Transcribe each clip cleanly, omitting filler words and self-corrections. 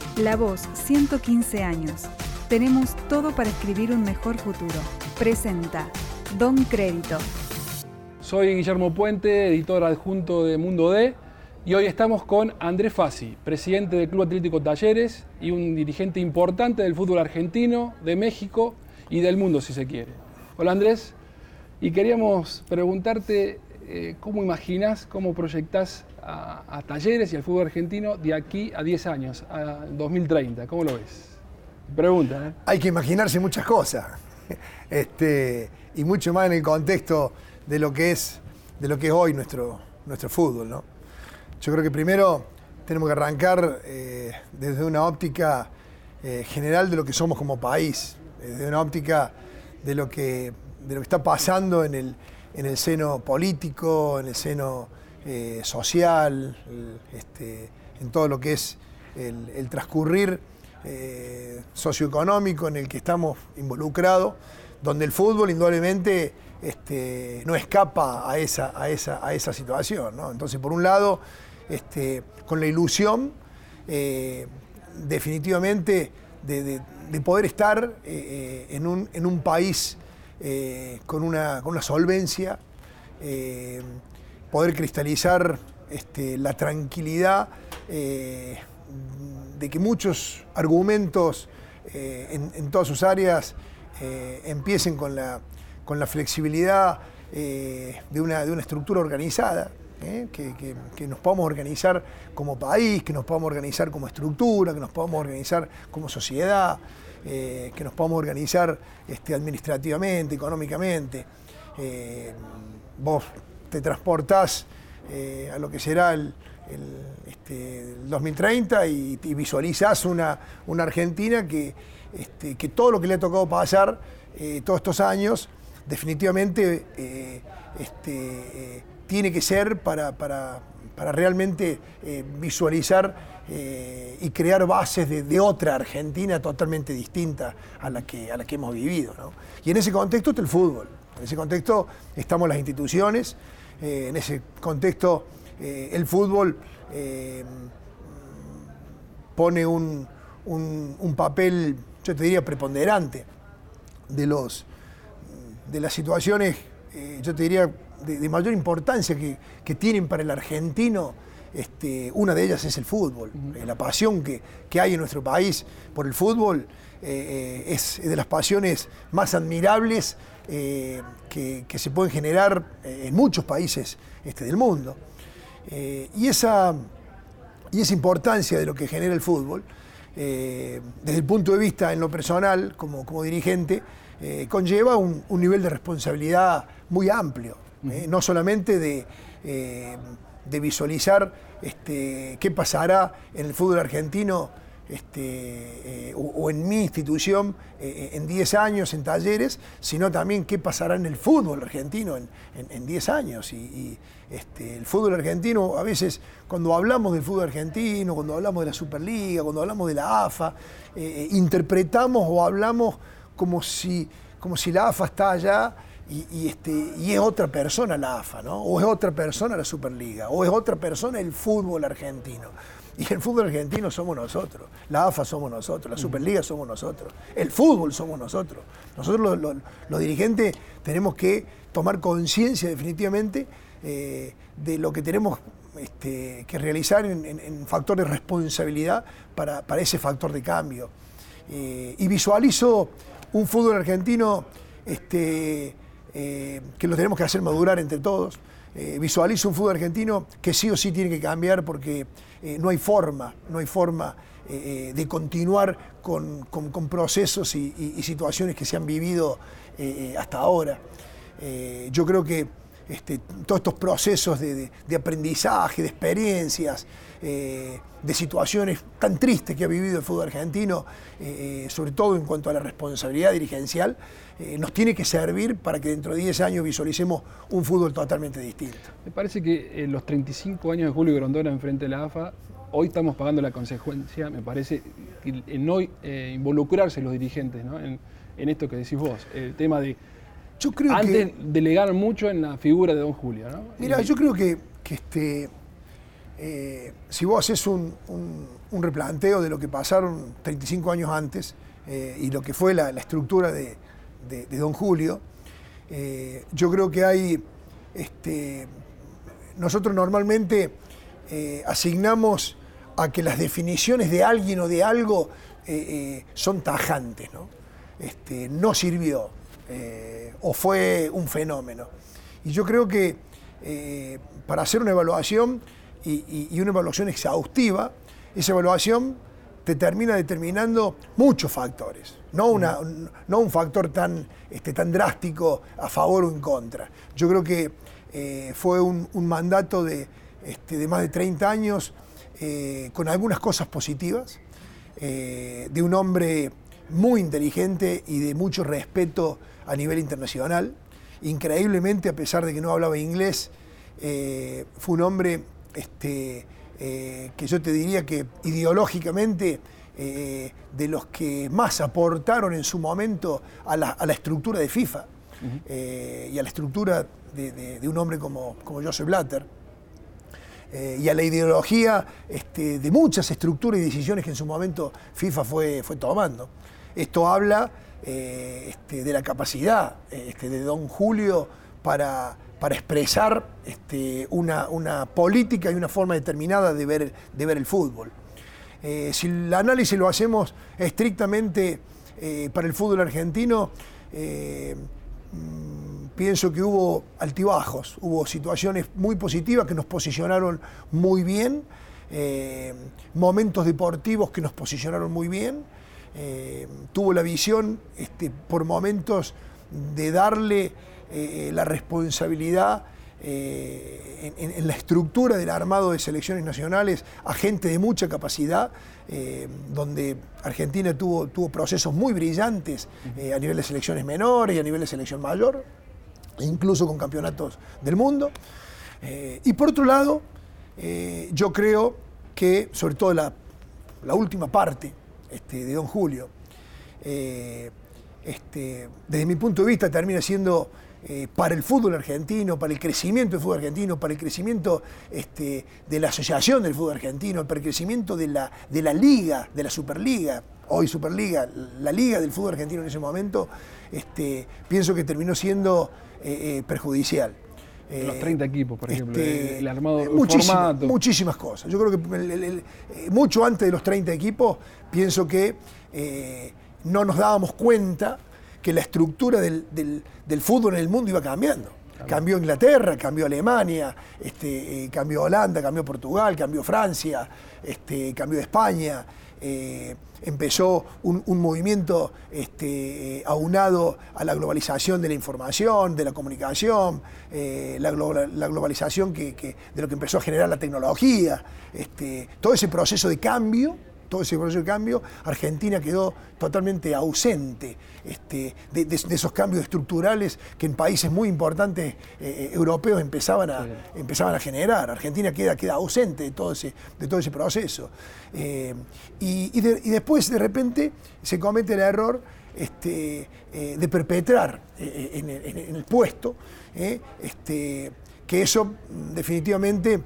La Voz, 115 años. Tenemos todo para escribir un mejor futuro. Presenta Don Crédito. Soy Guillermo Puente, editor adjunto de Mundo D, y hoy estamos con Andrés Fassi, presidente del Club Atlético Talleres y un dirigente importante del fútbol argentino, de México y del mundo, si se quiere. Hola Andrés, y queríamos preguntarte cómo imaginás, cómo proyectás a Talleres y al fútbol argentino de aquí a 10 años, a 2030. ¿Cómo lo ves? Pregunta, ¿eh? Hay que imaginarse muchas cosas, y mucho más en el contexto de lo que es hoy nuestro fútbol, ¿no? Yo creo que primero tenemos que arrancar desde una óptica general de lo que somos como país, desde una óptica de lo que está pasando en el seno político, en el seno social, en todo lo que es el transcurrir socioeconómico en el que estamos involucrados, donde el fútbol indudablemente no escapa a esa situación, ¿no? Entonces, por un lado, con la ilusión definitivamente de poder estar en un país con una solvencia, poder cristalizar la tranquilidad de que muchos argumentos en todas sus áreas empiecen con la flexibilidad de una estructura organizada, que nos podamos organizar como país, que nos podamos organizar como estructura, que nos podamos organizar como sociedad, que nos podamos organizar administrativamente, económicamente. Vos te transportás a lo que será el 2030 y visualizás una Argentina que todo lo que le ha tocado pasar todos estos años definitivamente tiene que ser para realmente visualizar y crear bases de otra Argentina totalmente distinta a la que hemos vivido, ¿no? Y en ese contexto está el fútbol, en ese contexto estamos las instituciones, en ese contexto el fútbol pone un papel, yo te diría, preponderante de las situaciones, yo te diría, de mayor importancia que tienen para el argentino. Una de ellas es el fútbol. La pasión que hay en nuestro país por el fútbol es de las pasiones más admirables que se pueden generar en muchos países del mundo. Y esa importancia de lo que genera el fútbol, desde el punto de vista en lo personal, como dirigente, conlleva un nivel de responsabilidad muy amplio. No solamente de visualizar qué pasará en el fútbol argentino o en mi institución en 10 años en Talleres, sino también qué pasará en el fútbol argentino en 10 años. Y el fútbol argentino, a veces cuando hablamos del fútbol argentino, cuando hablamos de la Superliga, cuando hablamos de la AFA, interpretamos o hablamos como si la AFA está allá y es otra persona la AFA, ¿no? O es otra persona la Superliga, o es otra persona el fútbol argentino. Y el fútbol argentino somos nosotros, la AFA somos nosotros, la Superliga somos nosotros, el fútbol somos nosotros. Nosotros los dirigentes tenemos que tomar conciencia definitivamente de lo que tenemos que realizar en factor de responsabilidad para ese factor de cambio. Y visualizo un fútbol argentino que lo tenemos que hacer madurar entre todos. Visualizo un fútbol argentino que sí o sí tiene que cambiar porque no hay forma de continuar con procesos y situaciones que se han vivido hasta ahora. Yo creo que todos estos procesos de aprendizaje, de experiencias, de situaciones tan tristes que ha vivido el fútbol argentino, sobre todo en cuanto a la responsabilidad dirigencial, nos tiene que servir para que dentro de 10 años visualicemos un fútbol totalmente distinto. Me parece que los 35 años de Julio Grondona enfrente de la AFA, hoy estamos pagando la consecuencia, me parece, en no involucrarse los dirigentes, ¿no? en esto que decís vos, el tema de... Yo creo antes delegaron mucho en la figura de don Julio, ¿no? Mira, yo creo que si vos haces un un replanteo de lo que pasaron 35 años antes y lo que fue la estructura de Don Julio. Yo creo que hay, nosotros normalmente asignamos a que las definiciones de alguien o de algo son tajantes, ¿no? No sirvió o fue un fenómeno. Y yo creo que para hacer una evaluación y una evaluación exhaustiva, esa evaluación te termina determinando muchos factores, no un factor tan drástico a favor o en contra. Yo creo que fue un mandato de más de 30 años con algunas cosas positivas, de un hombre muy inteligente y de mucho respeto a nivel internacional. Increíblemente, a pesar de que no hablaba inglés, fue un hombre que yo te diría que ideológicamente de los que más aportaron en su momento a la estructura de FIFA y a la estructura de un hombre como Joseph Blatter y a la ideología de muchas estructuras y decisiones que en su momento FIFA fue tomando. Esto habla de la capacidad de Don Julio para expresar una política y una forma determinada de ver el fútbol. Si el análisis lo hacemos estrictamente para el fútbol argentino, pienso que hubo altibajos, hubo situaciones muy positivas que nos posicionaron muy bien, momentos deportivos que nos posicionaron muy bien, tuvo la visión por momentos de darle la responsabilidad en la estructura del armado de selecciones nacionales a gente de mucha capacidad, donde Argentina tuvo procesos muy brillantes a nivel de selecciones menores y a nivel de selección mayor, incluso con campeonatos del mundo. Y por otro lado, yo creo que, sobre todo la última parte de Don Julio, desde mi punto de vista termina siendo para el fútbol argentino, para el crecimiento del fútbol argentino, para el crecimiento de la asociación del fútbol argentino, para el crecimiento de la liga, de la Superliga, hoy Superliga, la liga del fútbol argentino en ese momento, pienso que terminó siendo perjudicial. Los 30 equipos, por ejemplo, el armado, el formato. Muchísimas cosas. Yo creo que mucho antes de los 30 equipos, pienso que no nos dábamos cuenta que la estructura del fútbol en el mundo iba cambiando. Claro. Cambió Inglaterra, cambió Alemania, cambió Holanda, cambió Portugal, cambió Francia, cambió España. Empezó un movimiento aunado a la globalización de la información, de la comunicación, la globalización de lo que empezó a generar la tecnología. Todo ese proceso de cambio, Argentina quedó totalmente ausente de esos cambios estructurales que en países muy importantes europeos empezaban a generar. Argentina queda ausente de todo ese proceso. Y después, de repente, se comete el error de perpetrar en el puesto, que eso definitivamente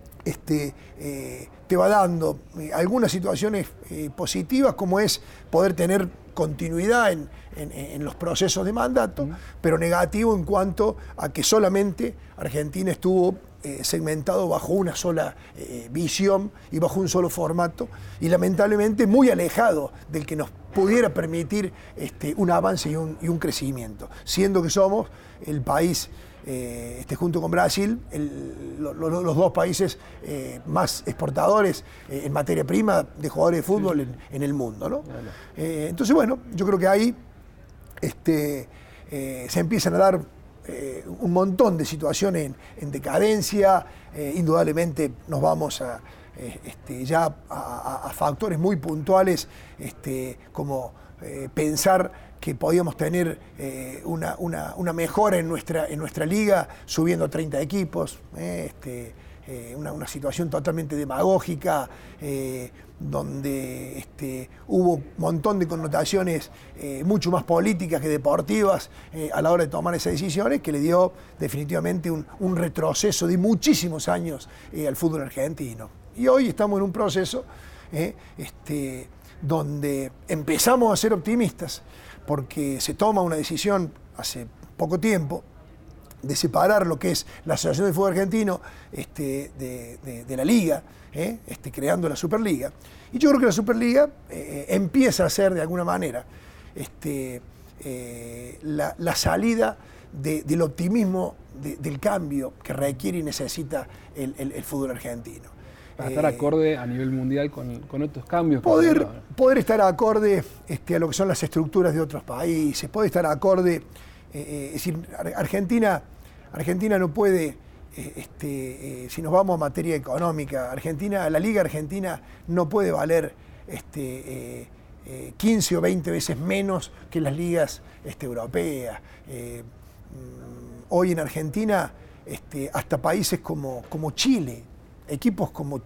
te va dando algunas situaciones positivas, como es poder tener continuidad en los procesos de mandato, pero negativo en cuanto a que solamente Argentina estuvo segmentado bajo una sola visión y bajo un solo formato, y lamentablemente muy alejado del que nos pudiera permitir un avance y un crecimiento, siendo que somos el país, junto con Brasil, los dos países más exportadores en materia prima de jugadores de fútbol en el mundo, ¿no? Entonces, bueno, yo creo que ahí se empiezan a dar un montón de situaciones en decadencia. Indudablemente nos vamos ya a factores muy puntuales, como pensar que podíamos tener una mejora en nuestra liga subiendo a 30 equipos, una situación totalmente demagógica, donde hubo un montón de connotaciones mucho más políticas que deportivas a la hora de tomar esas decisiones, que le dio definitivamente un retroceso de muchísimos años al fútbol argentino. Y hoy estamos en un proceso donde empezamos a ser optimistas porque se toma una decisión hace poco tiempo de separar lo que es la Asociación de Fútbol Argentino de la Liga, creando la Superliga. Y yo creo que la Superliga empieza a ser de alguna manera la salida del optimismo del cambio que requiere y necesita el fútbol argentino. Para estar acorde a nivel mundial con otros cambios. Poder estar acorde a lo que son las estructuras de otros países, poder estar acorde, es decir, Argentina no puede, si nos vamos a materia económica, la Liga Argentina no puede valer 15 o 20 veces menos que las ligas europeas. Hoy en Argentina, hasta países como Chile, equipos como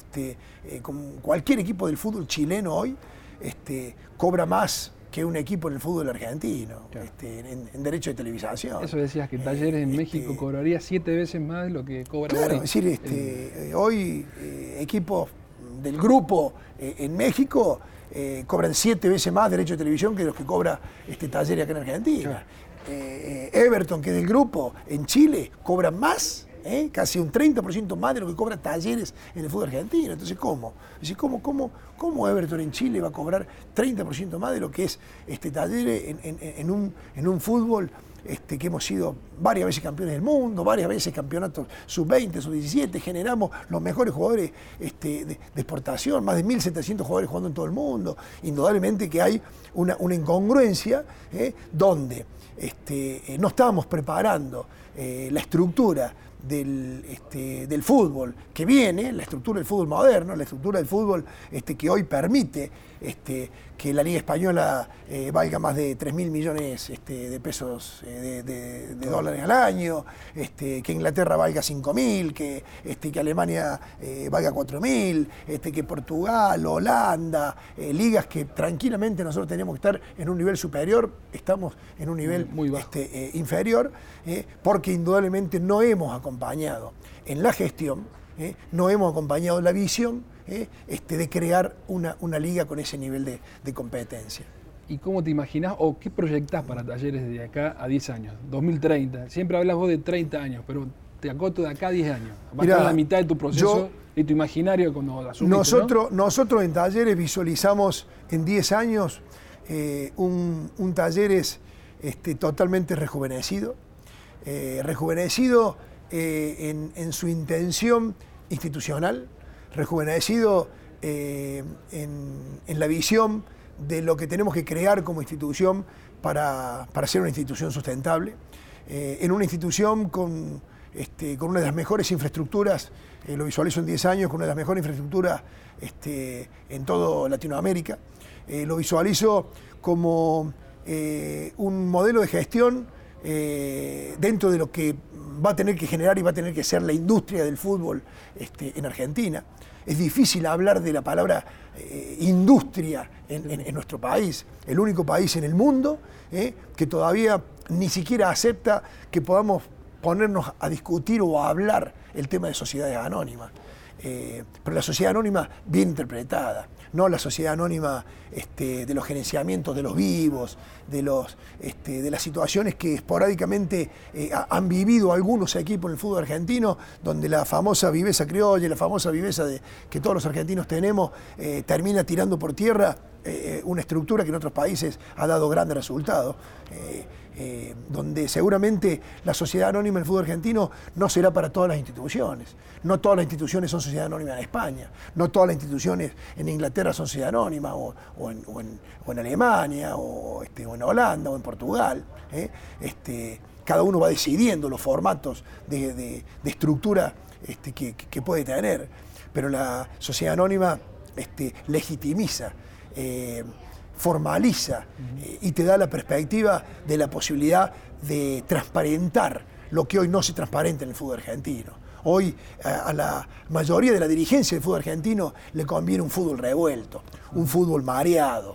cualquier equipo del fútbol chileno hoy, cobra más que un equipo en el fútbol argentino, claro, en derecho de televisación. Eso decías, que Talleres en México cobraría 7 veces más de lo que cobra claro, hoy. Es decir, hoy equipos del grupo en México cobran 7 veces más derecho de televisión que los que cobra Talleres acá en Argentina. Claro. Everton, que es del grupo, en Chile, cobra más, casi un 30% más de lo que cobra Talleres en el fútbol argentino. Entonces, ¿cómo? Es decir, ¿cómo Everton en Chile va a cobrar 30% más de lo que es Talleres en un fútbol que hemos sido varias veces campeones del mundo, varias veces campeonatos sub-20, sub-17, generamos los mejores jugadores de exportación, más de 1.700 jugadores jugando en todo el mundo? Indudablemente que hay una incongruencia donde no estábamos preparando la estructura del fútbol que viene, la estructura del fútbol moderno, la estructura del fútbol que hoy permite que la Liga Española valga más de 3.000 millones de pesos de dólares al año, que Inglaterra valga 5.000, que Alemania valga 4.000, que Portugal, Holanda, ligas que tranquilamente nosotros teníamos que estar en un nivel superior, estamos en un nivel muy bajo, inferior, porque indudablemente no hemos acompañado en la gestión, no hemos acompañado la visión de crear una liga con ese nivel de competencia. ¿Y cómo te imaginás o qué proyectás para Talleres de acá a 10 años, 2030? Siempre hablas vos de 30 años, pero te acoto de acá a 10 años. Va a estar la mitad de tu proceso y tu imaginario cuando asumiste, nosotros en Talleres visualizamos en 10 años un Talleres totalmente rejuvenecido, en su intención institucional, rejuvenecido en la visión de lo que tenemos que crear como institución para ser una institución sustentable, en una institución con una de las mejores infraestructuras, lo visualizo en 10 años, con una de las mejores infraestructuras en toda Latinoamérica, lo visualizo como un modelo de gestión dentro de lo que va a tener que generar y va a tener que ser la industria del fútbol en Argentina. Es difícil hablar de la palabra industria en nuestro país, el único país en el mundo que todavía ni siquiera acepta que podamos ponernos a discutir o a hablar el tema de sociedades anónimas. Pero la sociedad anónima bien interpretada, no la sociedad anónima de los gerenciamientos de los vivos, de las situaciones que esporádicamente han vivido algunos equipos en el fútbol argentino, donde la famosa viveza criolla, la famosa viveza que todos los argentinos tenemos, termina tirando por tierra una estructura que en otros países ha dado grandes resultados. Donde seguramente la sociedad anónima en el fútbol argentino no será para todas las instituciones. No todas las instituciones son sociedad anónima en España, no todas las instituciones en Inglaterra son sociedad anónima, o en Alemania, o en Holanda, o en Portugal. Cada uno va decidiendo los formatos de estructura que puede tener, pero la sociedad anónima legitimiza, formaliza y te da la perspectiva de la posibilidad de transparentar lo que hoy no se transparenta en el fútbol argentino. Hoy a la mayoría de la dirigencia del fútbol argentino le conviene un fútbol revuelto, un fútbol mareado,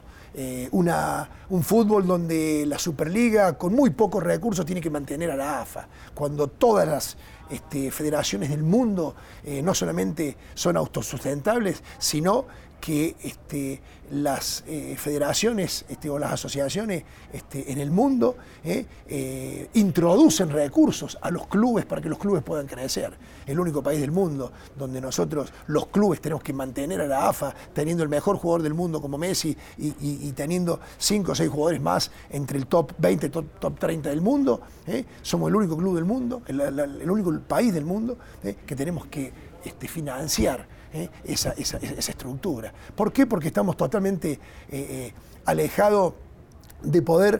un fútbol donde la Superliga con muy pocos recursos tiene que mantener a la AFA, cuando todas las federaciones del mundo no solamente son autosustentables, sino que las federaciones o las asociaciones en el mundo introducen recursos a los clubes para que los clubes puedan crecer. El único país del mundo donde nosotros, los clubes, tenemos que mantener a la AFA teniendo el mejor jugador del mundo como Messi y teniendo 5 o 6 jugadores más entre el top 20, top 30 del mundo. Somos el único club del mundo, el único país del mundo que tenemos que financiar esa estructura. ¿Por qué? Porque estamos totalmente alejados de poder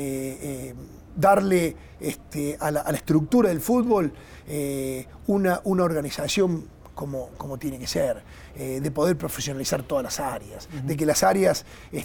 darle a la estructura del fútbol una organización como tiene que ser, de poder profesionalizar todas las áreas, de que las áreas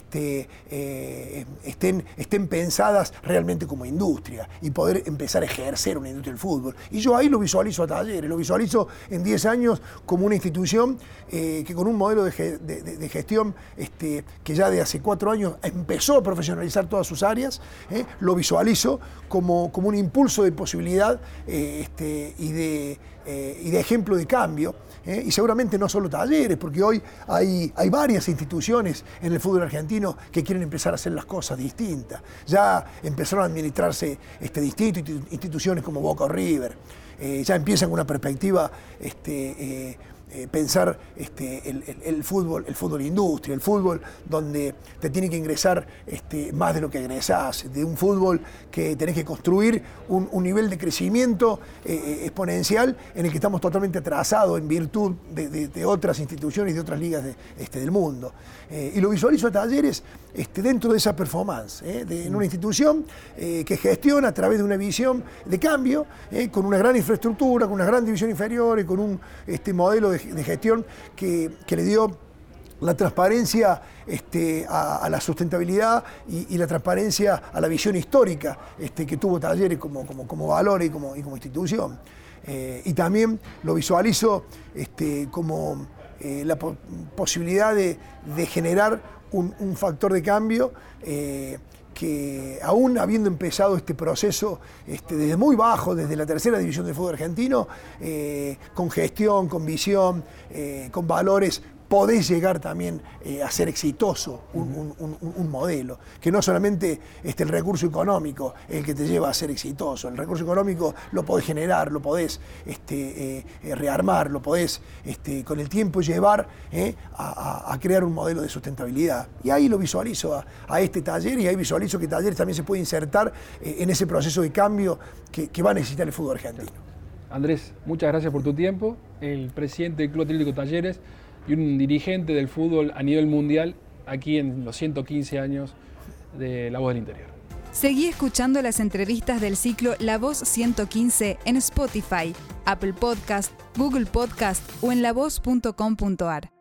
estén pensadas realmente como industria y poder empezar a ejercer una industria del fútbol. Y yo ahí lo visualizo a Talleres, lo visualizo en 10 años como una institución que con un modelo de gestión que ya de hace 4 años empezó a profesionalizar todas sus áreas, lo visualizo como un impulso de posibilidad y de ejemplo de cambio, y seguramente no solo Talleres, porque hoy hay varias instituciones en el fútbol argentino que quieren empezar a hacer las cosas distintas. Ya empezaron a administrarse distintas instituciones como Boca o River, ya empiezan con una perspectiva pensar el fútbol industria, el fútbol donde te tiene que ingresar más de lo que egresás, de un fútbol que tenés que construir un nivel de crecimiento exponencial en el que estamos totalmente atrasados en virtud de otras instituciones y de otras ligas del mundo. Y lo visualizo a Talleres dentro de esa performance, en una institución que gestiona a través de una visión de cambio, con una gran infraestructura, con una gran división inferior y con un modelo de gestión que le dio la transparencia a la sustentabilidad y la transparencia a la visión histórica que tuvo Talleres como valor y como institución. Y también lo visualizo como la posibilidad de generar un factor de cambio que aún habiendo empezado este proceso desde muy bajo, desde la tercera división del fútbol argentino, con gestión, con visión, con valores, podés llegar también a ser exitoso un modelo, que no solamente el recurso económico es el que te lleva a ser exitoso. El recurso económico lo podés generar, lo podés rearmar, lo podés con el tiempo llevar a crear un modelo de sustentabilidad. Y ahí lo visualizo a este taller, y ahí visualizo que Talleres también se puede insertar en ese proceso de cambio que va a necesitar el fútbol argentino. Andrés, muchas gracias por tu tiempo. El presidente del Club Atlético Talleres y un dirigente del fútbol a nivel mundial aquí en los 115 años de La Voz del Interior. Seguí escuchando las entrevistas del ciclo La Voz 115 en Spotify, Apple Podcast, Google Podcast o en lavoz.com.ar.